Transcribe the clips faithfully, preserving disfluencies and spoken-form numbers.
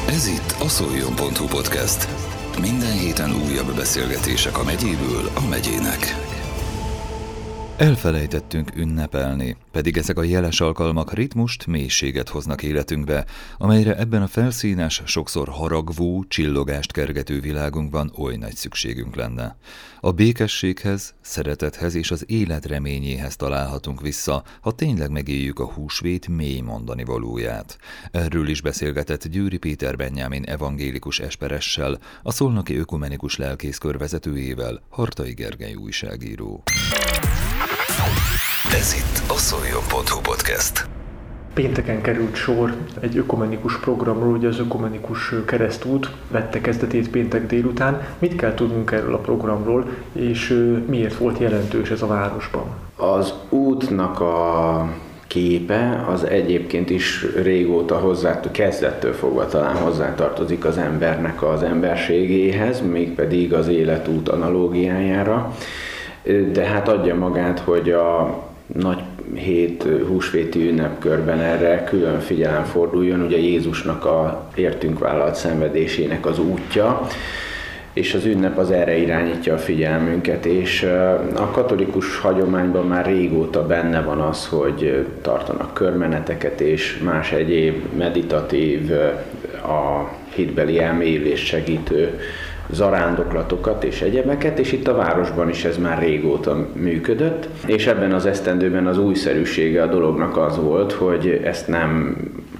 Ez itt a Szoljon pont hu podcast. Minden héten újabb beszélgetések a megyéből a megyének. Elfelejtettünk ünnepelni, pedig ezek a jeles alkalmak ritmust, mélységet hoznak életünkbe, amelyre ebben a felszínes, sokszor haragvó, csillogást kergető világunkban oly nagy szükségünk lenne. A békességhez, szeretethez és az élet reményéhez találhatunk vissza, ha tényleg megéljük a húsvét mély mondani valóját. Erről is beszélgetett Győri Péter Benyámin evangélikus esperessel, a Szolnoki Ökumenikus Lelkészkör vezetőjével, Hartai Gergely újságíró. Ez itt a Szoljon pont hu podcast. Pénteken került sor egy ökumenikus programról, ugye az Ökumenikus Keresztút vette kezdetét péntek délután. Mit kell tudnunk erről a programról, és miért volt jelentős ez a városban? Az útnak a képe az egyébként is régóta hozzá, kezdettől fogva talán hozzátartozik az embernek az emberségéhez, mégpedig az életút analógiájára. De hát adja magát, hogy a nagy hét húsvéti ünnepkörben erre külön figyelem forduljon, ugye Jézusnak a értünk vállalt szenvedésének az útja, és az ünnep az erre irányítja a figyelmünket, és a katolikus hagyományban már régóta benne van az, hogy tartanak körmeneteket és más egyéb meditatív, a hitbeli elmélyülést segítő zarándoklatokat és egyebeket, és itt a városban is ez már régóta működött, és ebben az esztendőben az újszerűsége a dolognak az volt, hogy ezt nem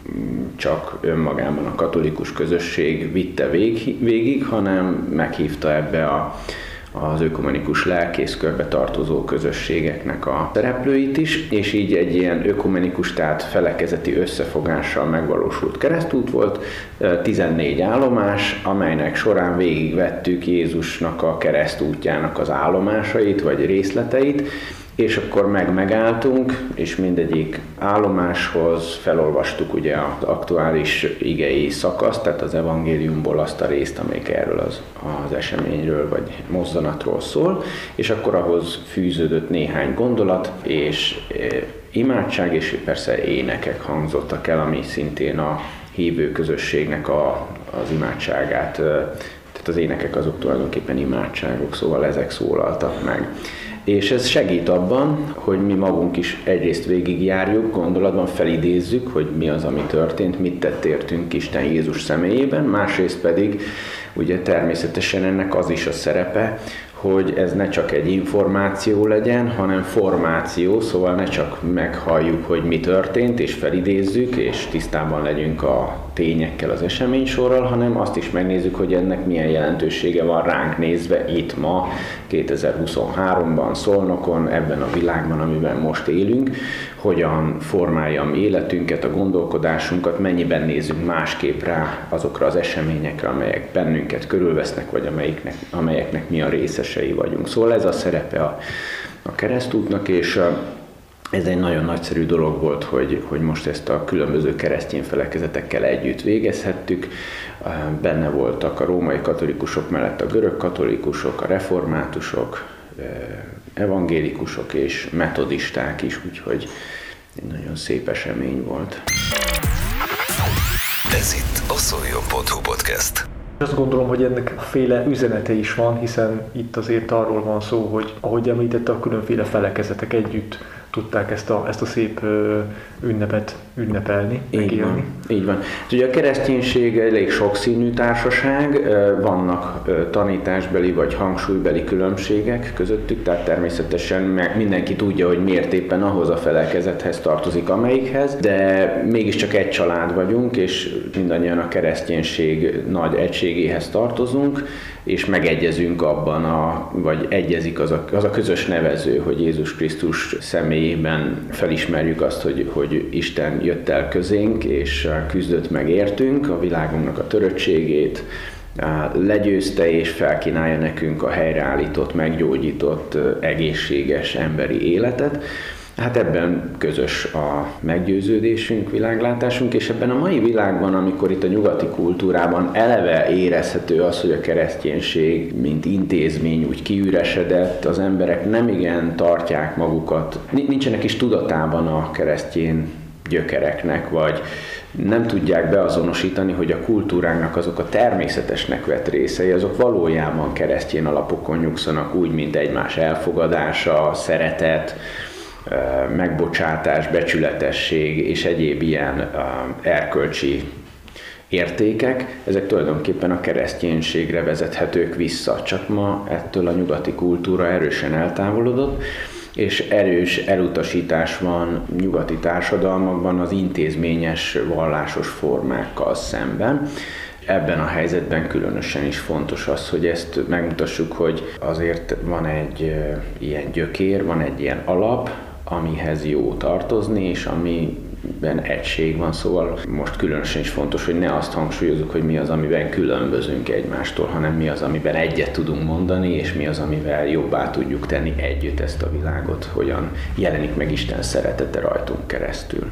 csak önmagában a katolikus közösség vitte vég, végig, hanem meghívta ebbe a az ökumenikus lelkészkörbe tartozó közösségeknek a szereplőit is, és így egy ilyen ökumenikus, tehát felekezeti összefogással megvalósult keresztút volt, tizennégy állomás, amelynek során végigvettük Jézusnak a keresztútjának az állomásait, vagy részleteit, és akkor meg megálltunk, és mindegyik állomáshoz felolvastuk ugye az aktuális igei szakaszt, tehát az evangéliumból azt a részt, amelyik erről az, az eseményről vagy mozzanatról szól, és akkor ahhoz fűződött néhány gondolat, és e, imádság, és persze énekek hangzottak el, ami szintén a hívő közösségnek a, az imádságát, tehát az énekek azok tulajdonképpen imádságok, szóval ezek szólaltak meg. És ez segít abban, hogy mi magunk is egyrészt végigjárjuk, gondolatban felidézzük, hogy mi az, ami történt, mit tett értünk Isten Jézus személyében, másrészt pedig ugye természetesen ennek az is a szerepe, hogy ez ne csak egy információ legyen, hanem formáció, szóval ne csak meghalljuk, hogy mi történt, és felidézzük, és tisztában legyünk a tényekkel, az eseménysorral, hanem azt is megnézzük, hogy ennek milyen jelentősége van ránk nézve itt ma, kétezer-huszonháromban, Szolnokon, ebben a világban, amiben most élünk, hogyan formálja a mi életünket, a gondolkodásunkat, mennyiben nézzünk másképp rá azokra az eseményekre, amelyek bennünket körülvesznek, vagy amelyiknek, amelyeknek mi a részesei vagyunk. Szóval ez a szerepe a, a keresztútnak, és ez egy nagyon nagyszerű dolog volt, hogy, hogy most ezt a különböző keresztény felekezetekkel együtt végezhettük. Benne voltak a római katolikusok mellett a görög katolikusok, a reformátusok, evangélikusok és metodisták is, úgyhogy egy nagyon szép esemény volt. Ez itt a Szoljon pont hu podcast. Azt gondolom, hogy ennek féle üzenete is van, hiszen itt azért arról van szó, hogy ahogy említette, a különféle felekezetek együtt tudták ezt a, ezt a szép ö, ünnepet ünnepelni, így van, így van. Ugye a kereszténység elég sokszínű társaság, vannak tanításbeli vagy hangsúlybeli különbségek közöttük, tehát természetesen mindenki tudja, hogy miért éppen ahhoz a felekezethez tartozik, amelyikhez, de mégiscsak egy család vagyunk, és mindannyian a kereszténység nagy egységéhez tartozunk, és megegyezünk abban, a, vagy egyezik az a, az a közös nevező, hogy Jézus Krisztus személyében felismerjük azt, hogy, hogy Isten jött el közénk, és küzdött meg értünk, a világunknak a töröttségét legyőzte, és felkínálja nekünk a helyreállított, meggyógyított, egészséges emberi életet. Hát ebben közös a meggyőződésünk, világlátásunk, és ebben a mai világban, amikor itt a nyugati kultúrában eleve érezhető az, hogy a kereszténység, mint intézmény úgy kiüresedett, az emberek nemigen tartják magukat, nincsenek is tudatában a keresztény gyökereknek, vagy nem tudják beazonosítani, hogy a kultúránknak azok a természetesnek vett részei, azok valójában keresztény alapokon nyugszanak, úgy, mint egymás elfogadása, szeretet, megbocsátás, becsületesség és egyéb ilyen erkölcsi értékek, ezek tulajdonképpen a kereszténységre vezethetők vissza, csak ma ettől a nyugati kultúra erősen eltávolodott, és erős elutasítás van nyugati társadalmakban az intézményes vallásos formákkal szemben. Ebben a helyzetben különösen is fontos az, hogy ezt megmutassuk, hogy azért van egy ilyen gyökér, van egy ilyen alap, amihez jó tartozni, és amiben egység van, szóval most különösen is fontos, hogy ne azt hangsúlyozzuk, hogy mi az, amiben különbözünk egymástól, hanem mi az, amiben egyet tudunk mondani, és mi az, amivel jobbá tudjuk tenni együtt ezt a világot, hogyan jelenik meg Isten szeretete rajtunk keresztül.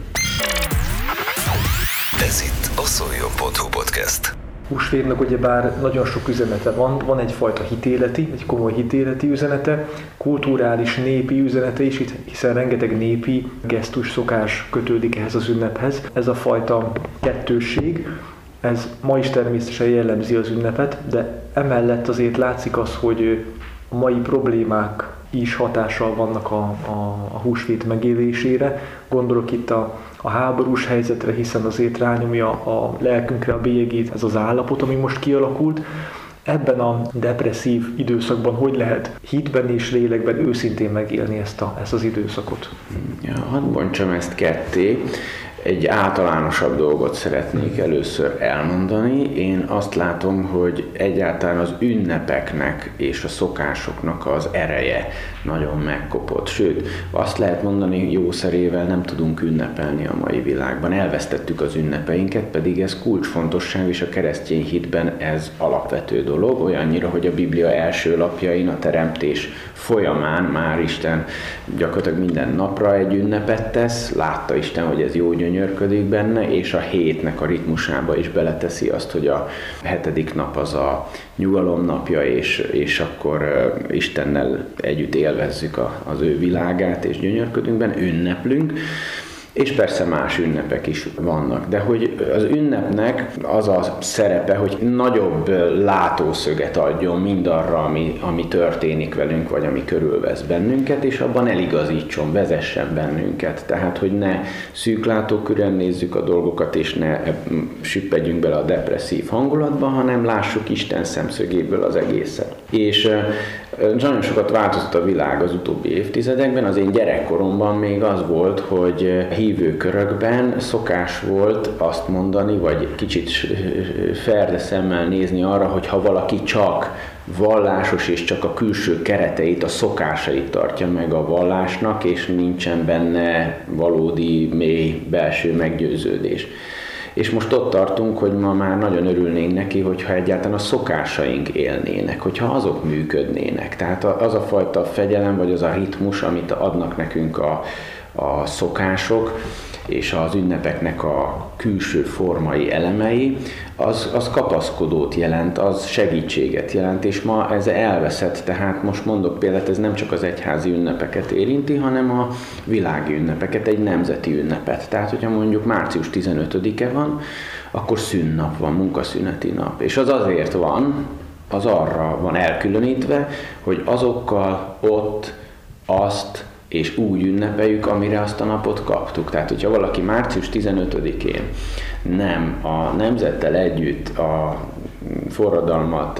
Ez itt a Szóljon pont hu podcast. Húsvétnak ugyebár nagyon sok üzenete van, van egyfajta hitéleti, egy komoly hitéleti üzenete, kulturális, népi üzenete is, hiszen rengeteg népi gesztus, szokás kötődik ehhez az ünnephez. Ez a fajta kettősség, ez ma is természetesen jellemzi az ünnepet, de emellett azért látszik az, hogy a mai problémák is hatással vannak a, a, a húsvét megélésére. Gondolok itt a, a háborús helyzetre, hiszen azért rányomja a lelkünkre a bélyegét ez az állapot, ami most kialakult. Ebben a depresszív időszakban hogy lehet hitben és lélekben őszintén megélni ezt, a, ezt az időszakot? Ja, hadd bontsam ezt ketté. Egy általánosabb dolgot szeretnék először elmondani. Én azt látom, hogy egyáltalán az ünnepeknek és a szokásoknak az ereje nagyon megkopott. Sőt, azt lehet mondani, jószerével nem tudunk ünnepelni a mai világban. Elvesztettük az ünnepeinket, pedig ez kulcsfontosság, és a keresztény hitben ez alapvető dolog, olyannyira, hogy a Biblia első lapjain a teremtés folyamán már Isten gyakorlatilag minden napra egy ünnepet tesz, látta Isten, hogy ez jó gyönyörködik benne, és a hétnek a ritmusába is beleteszi azt, hogy a hetedik nap az a nyugalom napja, és, és akkor Istennel együtt élvezzük a, az ő világát, és gyönyörködünk benne, ünneplünk. És persze más ünnepek is vannak, de hogy az ünnepnek az a szerepe, hogy nagyobb látószöget adjon mindarra, ami, ami történik velünk, vagy ami körülvesz bennünket, és abban eligazítson, vezessen bennünket. Tehát, hogy ne szűk látókörűen nézzük a dolgokat, és ne süppedjünk bele a depresszív hangulatba, hanem lássuk Isten szemszögéből az egészet. És nagyon sokat változott a világ az utóbbi évtizedekben. Az én gyerekkoromban még az volt, hogy hívő körökben szokás volt azt mondani, vagy kicsit ferde szemmel nézni arra, hogy ha valaki csak vallásos és csak a külső kereteit, a szokásait tartja meg a vallásnak, és nincsen benne valódi, mély belső meggyőződés. És most ott tartunk, hogy ma már nagyon örülnénk neki, hogyha egyáltalán a szokásaink élnének, hogyha azok működnének. Tehát az a fajta fegyelem, vagy az a ritmus, amit adnak nekünk a, a szokások, és az ünnepeknek a külső formai elemei, az, az kapaszkodót jelent, az segítséget jelent, és ma ez elveszett, tehát most mondok példát, ez nem csak az egyházi ünnepeket érinti, hanem a világi ünnepeket, egy nemzeti ünnepet. Tehát, hogyha mondjuk március tizenötödike van, akkor szünnap van, munkaszüneti nap, és az azért van, az arra van elkülönítve, hogy azokkal ott azt és úgy ünnepeljük, amire azt a napot kaptuk. Tehát, hogyha valaki március tizenötödikén nem a nemzettel együtt a forradalmat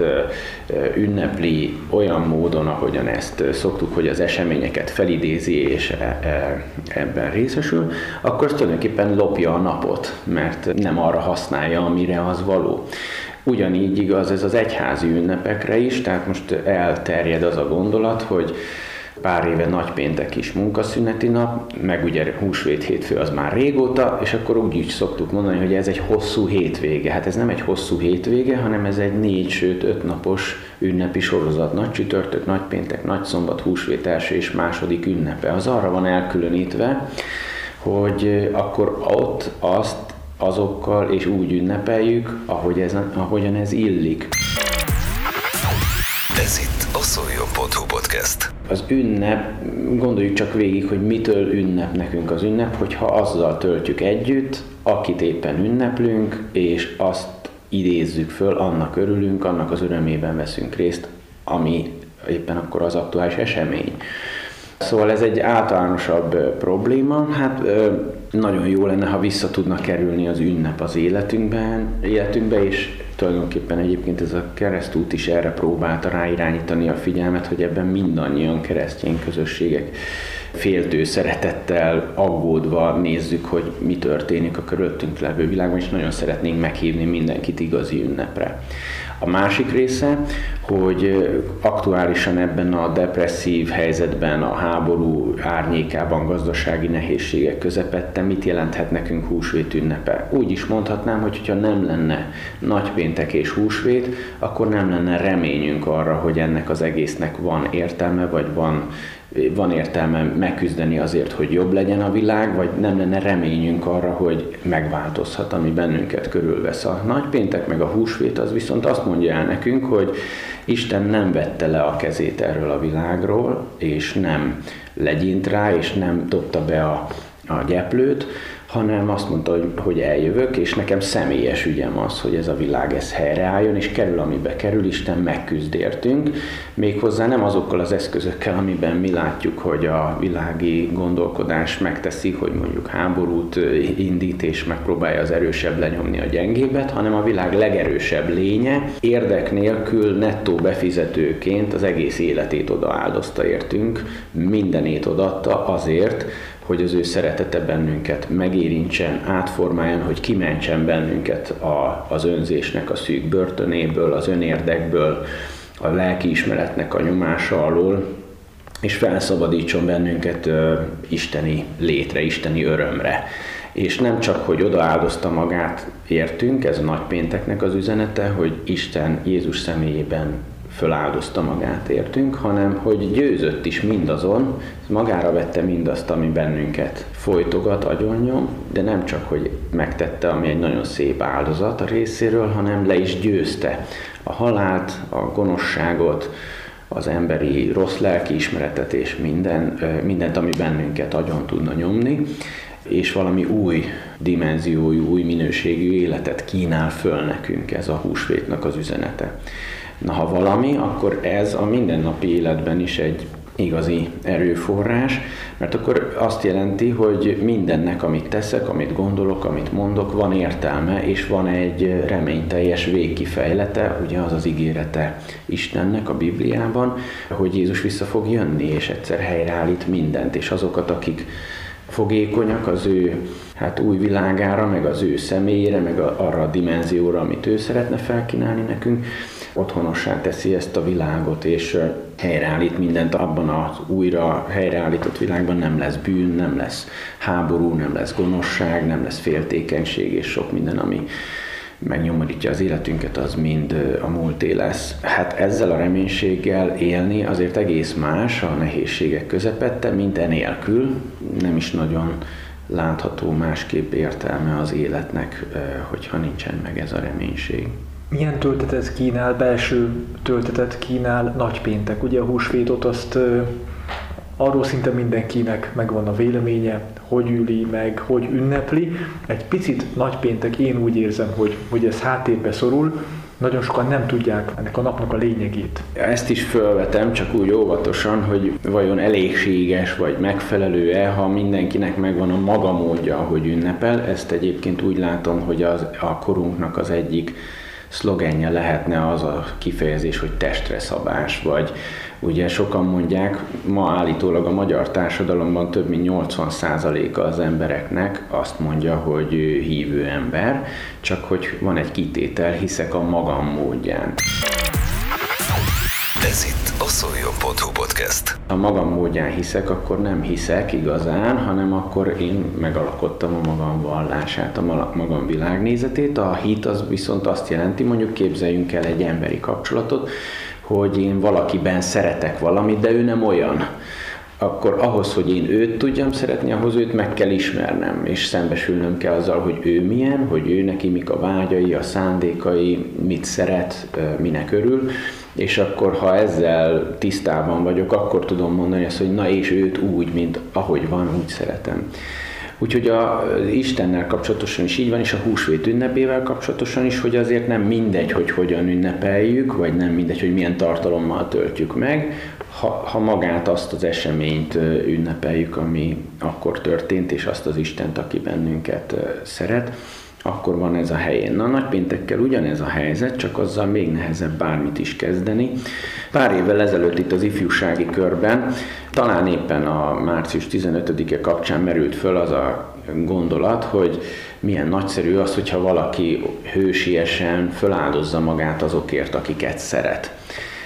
ünnepli olyan módon, ahogyan ezt szoktuk, hogy az eseményeket felidézi és ebben részesül, akkor az tulajdonképpen lopja a napot, mert nem arra használja, amire az való. Ugyanígy igaz ez az egyházi ünnepekre is, tehát most elterjed az a gondolat, hogy pár éve nagypéntek is munkaszüneti nap, meg ugye húsvét hétfő az már régóta, és akkor úgy is szoktuk mondani, hogy ez egy hosszú hétvége. Hát ez nem egy hosszú hétvége, hanem ez egy négy, sőt öt napos ünnepi sorozat. Nagy csütörtök, nagypéntek, nagyszombat, húsvét első és második ünnepe. Az arra van elkülönítve, hogy akkor ott azt azokkal és úgy ünnepeljük, ahogy ez, ahogyan ez illik. Ez itt a Szóljon pont hu podcast. Az ünnep, gondoljuk csak végig, hogy mitől ünnep nekünk az ünnep, hogyha azzal töltjük együtt, akit éppen ünneplünk, és azt idézzük föl, annak örülünk, annak az örömében veszünk részt, ami éppen akkor az aktuális esemény. Szóval ez egy általánosabb probléma, hát nagyon jó lenne, ha vissza tudna kerülni az ünnep az életünkben, életünkbe, és tulajdonképpen egyébként ez a keresztút is erre próbálta ráirányítani a figyelmet, hogy ebben mindannyian keresztény közösségek féltő szeretettel, aggódva nézzük, hogy mi történik a körülöttünk levő világban, és nagyon szeretnénk meghívni mindenkit igazi ünnepre. A másik része, hogy aktuálisan ebben a depresszív helyzetben, a háború árnyékában, gazdasági nehézségek közepette mit jelenthet nekünk húsvét ünnepe? Úgy is mondhatnám, hogy ha nem lenne nagypéntek és húsvét, akkor nem lenne reményünk arra, hogy ennek az egésznek van értelme, vagy van van értelme megküzdeni azért, hogy jobb legyen a világ, vagy nem lenne reményünk arra, hogy megváltozhat, ami bennünket körülvesz. A nagypéntek meg a húsvét az viszont azt mondja el nekünk, hogy Isten nem vette le a kezét erről a világról, és nem legyint rá, és nem dobta be a, a gyeplőt, hanem azt mondta, hogy, hogy eljövök, és nekem személyes ügyem az, hogy ez a világ ez helyreálljon, és kerül, amibe kerül, Isten megküzd értünk, méghozzá nem azokkal az eszközökkel, amiben mi látjuk, hogy a világi gondolkodás megteszi, hogy mondjuk háborút indít, és megpróbálja az erősebb lenyomni a gyengébbet, hanem a világ legerősebb lénye érdek nélkül nettó befizetőként az egész életét odaáldozta értünk, mindenét odaadta azért, hogy az ő szeretete bennünket megérintsen, átformáljon, hogy kimentsen bennünket a, az önzésnek a szűk börtönéből, az önérdekből, a lelkiismeretnek a nyomása alól, és felszabadítson bennünket ö, isteni létre, isteni örömre. És nem csak, hogy odaáldozta magát értünk, ez a nagypénteknek az üzenete, hogy Isten Jézus személyében föláldozta magát értünk, hanem hogy győzött is mindazon, magára vette mindazt, ami bennünket folytogat, agyonnyom, de nem csak, hogy megtette, ami egy nagyon szép áldozat a részéről, hanem le is győzte a halált, a gonoszságot, az emberi rossz lelkiismeretet és minden, mindent, ami bennünket agyon tudna nyomni, és valami új dimenziójú, új minőségű életet kínál föl nekünk, ez a húsvétnak az üzenete. Na, ha valami, akkor ez a mindennapi életben is egy igazi erőforrás, mert akkor azt jelenti, hogy mindennek, amit teszek, amit gondolok, amit mondok, van értelme, és van egy reményteljes végkifejlete, ugye az az ígérete Istennek a Bibliában, hogy Jézus vissza fog jönni, és egyszer helyreállít mindent, és azokat, akik fogékonyak az ő hát új világára, meg az ő személyére, meg arra a dimenzióra, amit ő szeretne felkínálni nekünk, otthonossá teszi ezt a világot, és helyreállít mindent abban az újra helyreállított világban, nem lesz bűn, nem lesz háború, nem lesz gonoszság, nem lesz féltékenység, és sok minden, ami megnyomorítja az életünket, az mind a múlté lesz. Hát ezzel a reménységgel élni azért egész más a nehézségek közepette, mint enélkül. Nem is nagyon látható másképp értelme az életnek, hogyha nincsen meg ez a reménység. Milyen töltetet kínál, belső töltetet kínál nagypéntek? Ugye a húsvétot azt arról szinte mindenkinek megvan a véleménye, hogy üli meg, hogy ünnepli. Egy picit nagypéntek, én úgy érzem, hogy, hogy ez háttérbe szorul, nagyon sokan nem tudják ennek a napnak a lényegét. Ezt is felvetem, csak úgy óvatosan, hogy vajon elégséges vagy megfelelő-e, ha mindenkinek megvan a maga módja, ahogy ünnepel. Ezt egyébként úgy látom, hogy az, a korunknak az egyik szlogenje lehetne az a kifejezés, hogy testre szabás, vagy ugye sokan mondják, ma állítólag a magyar társadalomban több mint nyolcvan százaléka az embereknek azt mondja, hogy hívő ember, csak hogy van egy kitétel, hiszek a magam módján. Ez itt a Szoljon pont hu podcast. Ha magam módján hiszek, akkor nem hiszek igazán, hanem akkor én megalkottam a magam vallását, a magam világnézetét. A hit az viszont azt jelenti, mondjuk képzeljünk el egy emberi kapcsolatot, hogy én valakiben szeretek valamit, de ő nem olyan. Akkor ahhoz, hogy én őt tudjam szeretni, ahhoz őt meg kell ismernem, és szembesülnöm kell azzal, hogy ő milyen, hogy ő neki mik a vágyai, a szándékai, mit szeret, minek örül, és akkor, ha ezzel tisztában vagyok, akkor tudom mondani azt, hogy na és őt úgy, mint ahogy van, úgy szeretem. Úgyhogy az Istennel kapcsolatosan is így van, és a húsvét ünnepével kapcsolatosan is, hogy azért nem mindegy, hogy hogyan ünnepeljük, vagy nem mindegy, hogy milyen tartalommal töltjük meg, ha, ha magát azt az eseményt ünnepeljük, ami akkor történt, és azt az Istent, aki bennünket szeret, akkor van ez a helyén. Na, a nagypéntekkel ugyanez a helyzet, csak azzal még nehezebb bármit is kezdeni. Pár évvel ezelőtt itt az ifjúsági körben, talán éppen a március tizenötödike kapcsán merült föl az a gondolat, hogy milyen nagyszerű az, hogyha valaki hősiesen föláldozza magát azokért, akiket szeret.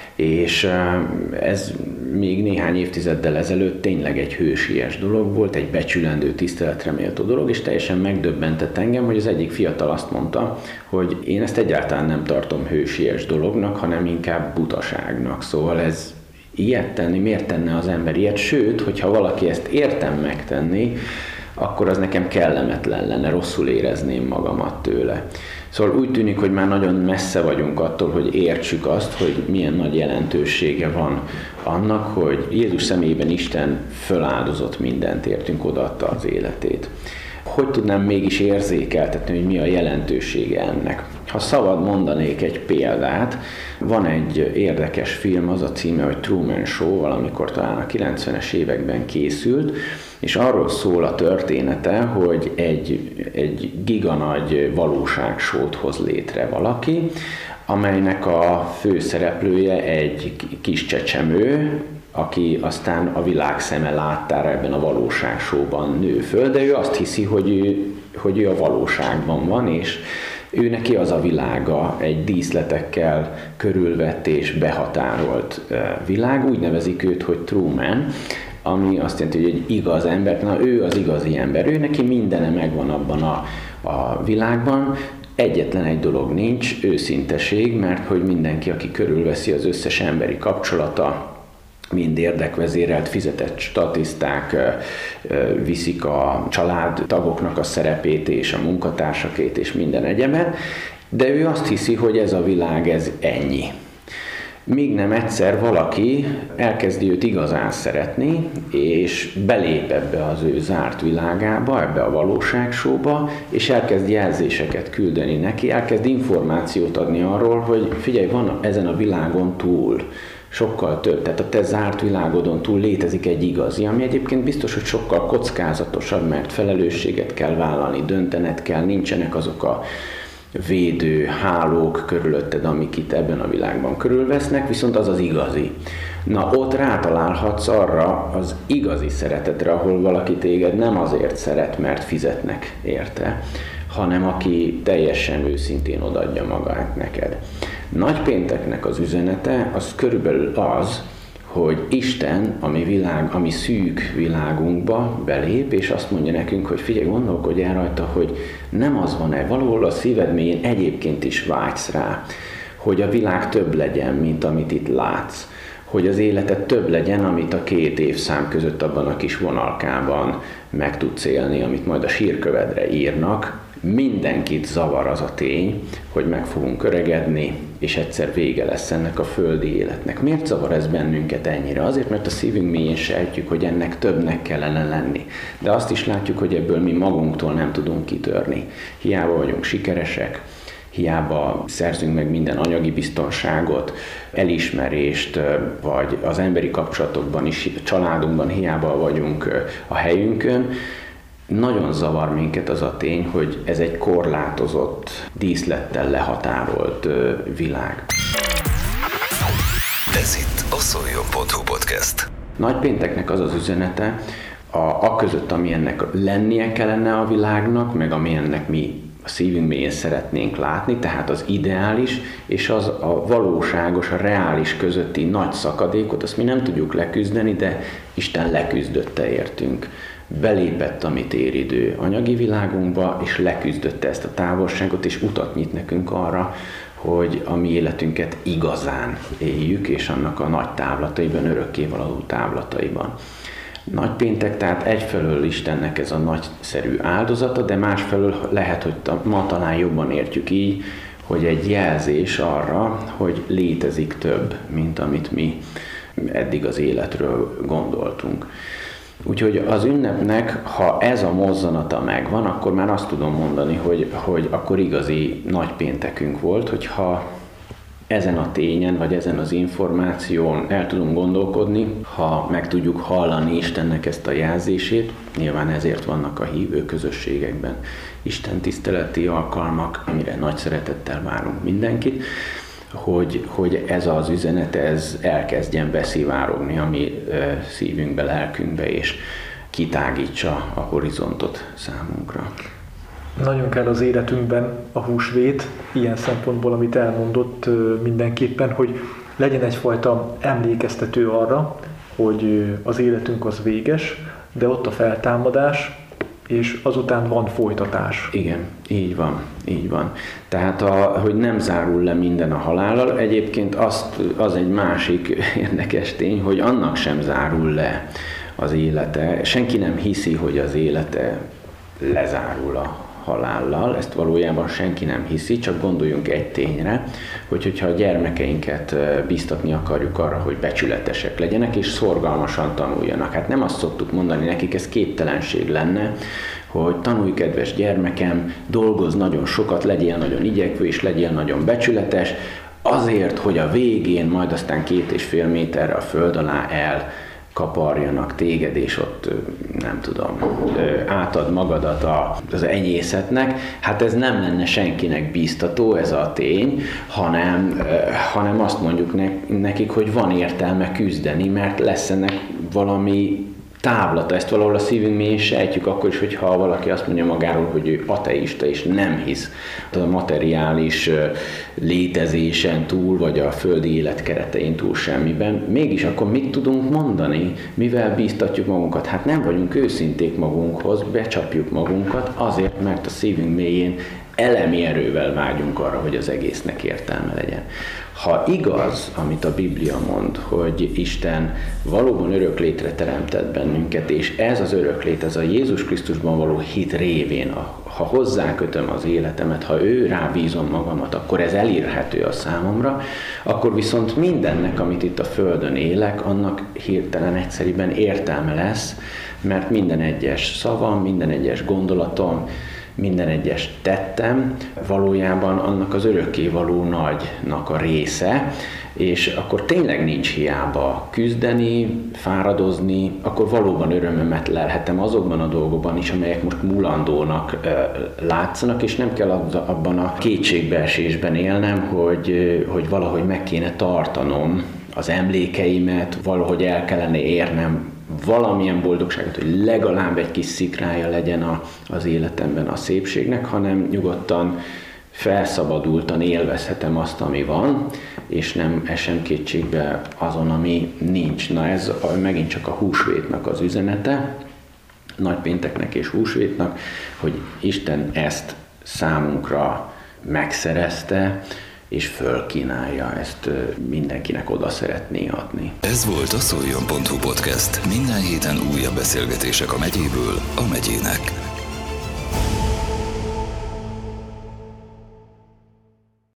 És ez még néhány évtizeddel ezelőtt tényleg egy hősies dolog volt, egy becsülendő, tiszteletre méltó dolog, és teljesen megdöbbentett engem, hogy az egyik fiatal azt mondta, hogy én ezt egyáltalán nem tartom hősies dolognak, hanem inkább butaságnak. Szóval ez ilyet tenni, miért tenne az ember ilyet? Sőt, hogyha valaki ezt értem megtenni, akkor az nekem kellemetlen lenne, rosszul érezném magamat tőle. Szóval úgy tűnik, hogy már nagyon messze vagyunk attól, hogy értsük azt, hogy milyen nagy jelentősége van annak, hogy Jézus személyében Isten föláldozott mindent értünk, odaadta az életét. Hogy tudnám mégis érzékeltetni, hogy mi a jelentősége ennek? Ha szabad mondanék egy példát, van egy érdekes film, az a címe, hogy Truman Show, valamikor talán a kilencvenes években készült, és arról szól a története, hogy egy, egy giganagy valóságsót hoz létre valaki, amelynek a főszereplője egy kis csecsemő, aki aztán a világ szeme láttára ebben a valóságsóban nő föl, de ő azt hiszi, hogy ő, hogy ő a valóságban van, és ő neki az a világa, egy díszletekkel körülvett és behatárolt világ, úgy nevezik őt, hogy Truman, ami azt jelenti, hogy egy igaz ember, na ő az igazi ember, ő neki mindene megvan abban a, a világban, egyetlen egy dolog nincs, őszinteség, mert hogy mindenki, aki körülveszi, az összes emberi kapcsolata, mind érdekvezérelt, fizetett statiszták viszik a családtagoknak a szerepét és a munkatársakét és minden egyebet, de ő azt hiszi, hogy ez a világ, ez ennyi. Míg nem egyszer valaki elkezdi őt igazán szeretni, és belép ebbe az ő zárt világába, ebbe a valóságsóba, és elkezd jelzéseket küldeni neki, elkezd információt adni arról, hogy figyelj, van ezen a világon túl sokkal több, tehát a te zárt világodon túl létezik egy igazi, ami egyébként biztos, hogy sokkal kockázatosabb, mert felelősséget kell vállalni, döntened kell, nincsenek azok a védő hálók körülötted, amik itt ebben a világban körülvesznek, viszont az az igazi. Na, ott rátalálhatsz arra az igazi szeretetre, ahol valaki téged nem azért szeret, mert fizetnek érte, hanem aki teljesen őszintén odaadja magát neked. Nagypénteknek az üzenete az körülbelül az, hogy Isten a mi világ, a mi szűk világunkba belép, és azt mondja nekünk, hogy figyelj, gondolkodj el rajta, hogy nem az van-e, valahol a szíved mélyén egyébként is vágysz rá, hogy a világ több legyen, mint amit itt látsz, hogy az életed több legyen, amit a két évszám között abban a kis vonalkában meg tudsz élni, amit majd a sírkövedre írnak. Mindenkit zavar az a tény, hogy meg fogunk öregedni, és egyszer vége lesz ennek a földi életnek. Miért zavar ez bennünket ennyire? Azért, mert a szívünk mélyén sejtjük, hogy ennek többnek kellene lenni. De azt is látjuk, hogy ebből mi magunktól nem tudunk kitörni. Hiába vagyunk sikeresek, hiába szerzünk meg minden anyagi biztonságot, elismerést, vagy az emberi kapcsolatokban is, családunkban hiába vagyunk a helyünkön. Nagyon zavar minket az a tény, hogy ez egy korlátozott, díszlettel lehatárolt világ. Ez itt a Szoljon pont hu podcast. Nagypénteknek az az üzenete, a, a között, ami ennek lennie kellene a világnak, meg ami ennek mi a szívünk mélyén szeretnénk látni, tehát az ideális és az a valóságos, a reális közötti nagy szakadékot, azt mi nem tudjuk leküzdeni, de Isten leküzdötte értünk. Belépett a mi téridő anyagi világunkba, és leküzdötte ezt a távolságot, és utat nyit nekünk arra, hogy a mi életünket igazán éljük, és annak a nagy távlataiban, örökkévaló távlataiban. Nagypéntek, tehát egyfelől Istennek ez a nagyszerű áldozata, de másfelől lehet, hogy ma talán jobban értjük így, hogy egy jelzés arra, hogy létezik több, mint amit mi eddig az életről gondoltunk. Úgyhogy az ünnepnek, ha ez a mozzanata megvan, akkor már azt tudom mondani, hogy, hogy akkor igazi nagypéntekünk volt, hogyha ezen a tényen, vagy ezen az információn el tudunk gondolkodni, ha meg tudjuk hallani Istennek ezt a jelzését, nyilván ezért vannak a hívő közösségekben Isten tiszteleti alkalmak, amire nagy szeretettel várunk mindenkit, hogy, hogy ez az üzenet, ez elkezdjen beszivárogni a mi szívünkbe, lelkünkbe, és kitágítsa a horizontot számunkra. Nagyon kell az életünkben a húsvét, ilyen szempontból, amit elmondott mindenképpen, hogy legyen egyfajta emlékeztető arra, hogy az életünk az véges, de ott a feltámadás, és azután van folytatás. Igen, így van, így van. Tehát, a, hogy nem zárul le minden a halállal, egyébként azt, az egy másik érdekes tény, hogy annak sem zárul le az élete. Senki nem hiszi, hogy az élete lezárul a halállal, ezt valójában senki nem hiszi, csak gondoljunk egy tényre, hogy hogyha a gyermekeinket bíztatni akarjuk arra, hogy becsületesek legyenek, és szorgalmasan tanuljanak. Hát nem azt szoktuk mondani nekik, ez képtelenség lenne, hogy tanulj, kedves gyermekem, dolgozz nagyon sokat, legyél nagyon igyekvő, és legyél nagyon becsületes, azért, hogy a végén majd aztán két és fél méterre a föld alá el kaparjanak téged, és ott nem tudom, átad magadat az enyészetnek. Hát ez nem lenne senkinek bíztató, ez a tény, hanem, hanem azt mondjuk nekik, hogy van értelme küzdeni, mert lesz ennek valami távlata, ezt valahol a szívünk mélyén sejtjük, akkor is, hogyha valaki azt mondja magáról, hogy ő ateista és nem hisz a materiális létezésen túl, vagy a földi élet keretein túl semmiben. Mégis akkor mit tudunk mondani, mivel bíztatjuk magunkat? Hát nem vagyunk őszinték magunkhoz, becsapjuk magunkat azért, mert a szívünk mélyén elemi erővel vágyunk arra, hogy az egésznek értelme legyen. Ha igaz, amit a Biblia mond, hogy Isten valóban öröklétre teremtett bennünket, és ez az öröklét, ez a Jézus Krisztusban való hit révén, ha hozzákötöm az életemet, ha ő rábízom magamat, akkor ez elérhető a számomra, akkor viszont mindennek, amit itt a Földön élek, annak hirtelen egyszerűen értelme lesz, mert minden egyes szavam, minden egyes gondolatom, minden egyes tettem valójában annak az örökkévaló nagynak a része, és akkor tényleg nincs hiába küzdeni, fáradozni, akkor valóban örömömet lelhetem azokban a dolgokban is, amelyek most mulandónak látszanak, és nem kell abban a kétségbeesésben élnem, hogy, hogy valahogy meg kéne tartanom az emlékeimet, valahogy el kellene érnem valamilyen boldogságot, hogy legalább egy kis szikrája legyen a, az életemben a szépségnek, hanem nyugodtan, felszabadultan élvezhetem azt, ami van, és nem esem kétségbe azon, ami nincs. Na ez megint csak a húsvétnak az üzenete, nagypénteknek és húsvétnak, hogy Isten ezt számunkra megszerezte, és fölkínálja, ezt mindenkinek oda szeretné adni. Ez volt a szoljon pont hu podcast. Minden héten újabb beszélgetések a megyéből a megyének.